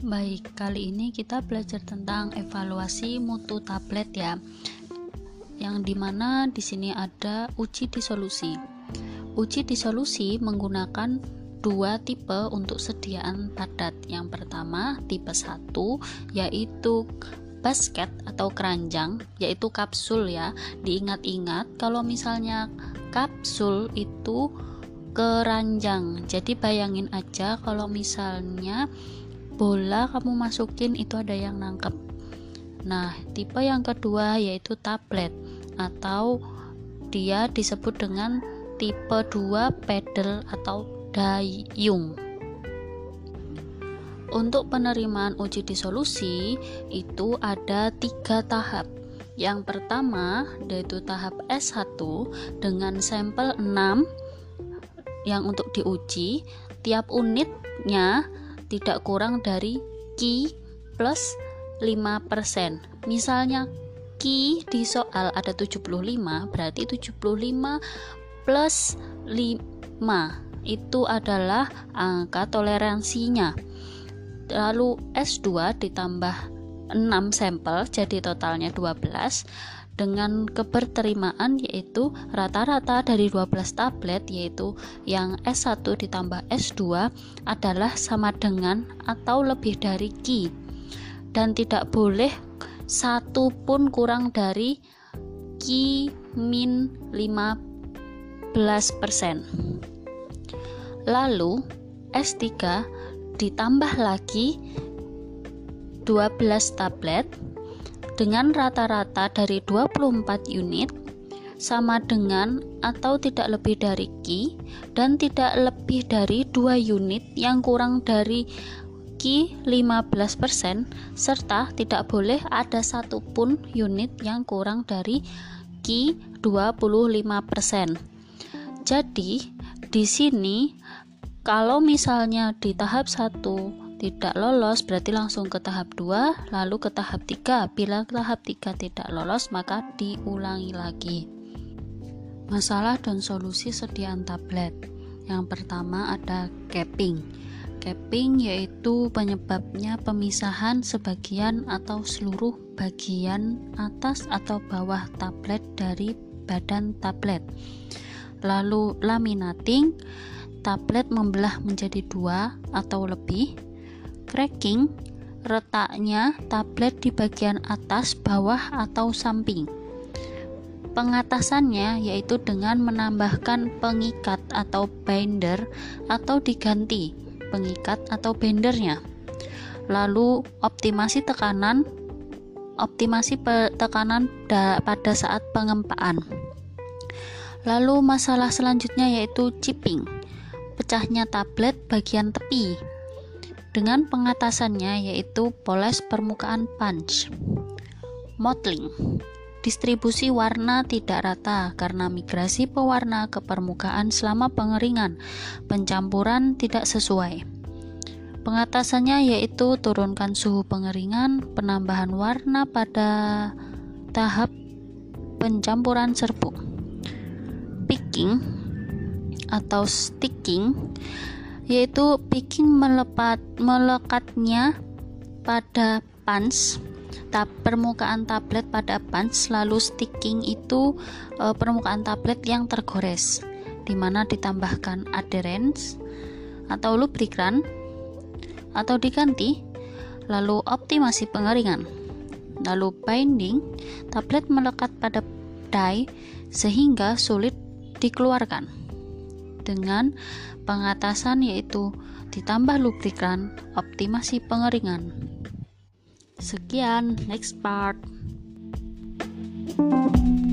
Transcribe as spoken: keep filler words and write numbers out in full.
Baik, kali ini kita belajar tentang evaluasi mutu tablet ya. Yang dimana di sini ada uji disolusi. Uji disolusi menggunakan dua tipe untuk sediaan padat. Yang pertama tipe satu yaitu basket atau keranjang, yaitu kapsul ya. Diingat-ingat kalau misalnya kapsul itu keranjang. Jadi bayangin aja kalau misalnya bola kamu masukin itu ada yang nangkep. Nah, tipe yang kedua yaitu tablet atau dia disebut dengan tipe dua pedal atau dayung. Untuk penerimaan uji disolusi itu ada tiga tahap. Yang pertama yaitu tahap S satu dengan sampel enam yang untuk diuji, tiap unitnya tidak kurang dari Q plus lima persen. Misalnya Q di soal ada tujuh puluh lima, berarti tujuh puluh lima plus lima itu adalah angka toleransinya. Lalu S dua ditambah enam sampel jadi totalnya dua belas dengan keberterimaan yaitu rata-rata dari dua belas tablet, yaitu yang S satu ditambah S dua adalah sama dengan atau lebih dari Q, dan tidak boleh satu pun kurang dari Q min lima belas persen. Lalu S tiga ditambah lagi dua belas tablet dengan rata-rata dari dua puluh empat unit sama dengan atau tidak lebih dari Q dan tidak lebih dari dua unit yang kurang dari Q lima belas persen, serta tidak boleh ada satupun unit yang kurang dari Q dua puluh lima persen. Jadi di sini kalau misalnya di tahap satu tidak lolos berarti langsung ke tahap dua, lalu ke tahap tiga. Bila tahap tiga tidak lolos maka diulangi lagi. Masalah dan solusi sediaan tablet. Yang pertama ada capping. Capping yaitu penyebabnya pemisahan sebagian atau seluruh bagian atas atau bawah tablet dari badan tablet. Lalu laminating, tablet membelah menjadi dua atau lebih. Cracking, retaknya tablet di bagian atas, bawah, atau samping. Pengatasannya yaitu dengan menambahkan pengikat atau binder atau diganti pengikat atau bindernya. Lalu optimasi tekanan, optimasi tekanan pada saat pengempaan. Lalu masalah selanjutnya yaitu chipping, pecahnya tablet bagian tepi, dengan pengatasannya yaitu poles permukaan punch. Mottling, distribusi warna tidak rata karena migrasi pewarna ke permukaan selama pengeringan, pencampuran tidak sesuai. Pengatasannya yaitu turunkan suhu pengeringan, penambahan warna pada tahap pencampuran serbuk. Picking atau sticking yaitu picking melepat, melekatnya pada punch tab, permukaan tablet pada punch, lalu sticking itu e, permukaan tablet yang tergores, dimana ditambahkan adherens atau lubrikan atau diganti. Lalu optimasi pengeringan. Lalu binding, tablet melekat pada die sehingga sulit dikeluarkan, dengan pengatasan yaitu ditambah lubrikan, optimasi pengeringan. Sekian, next part.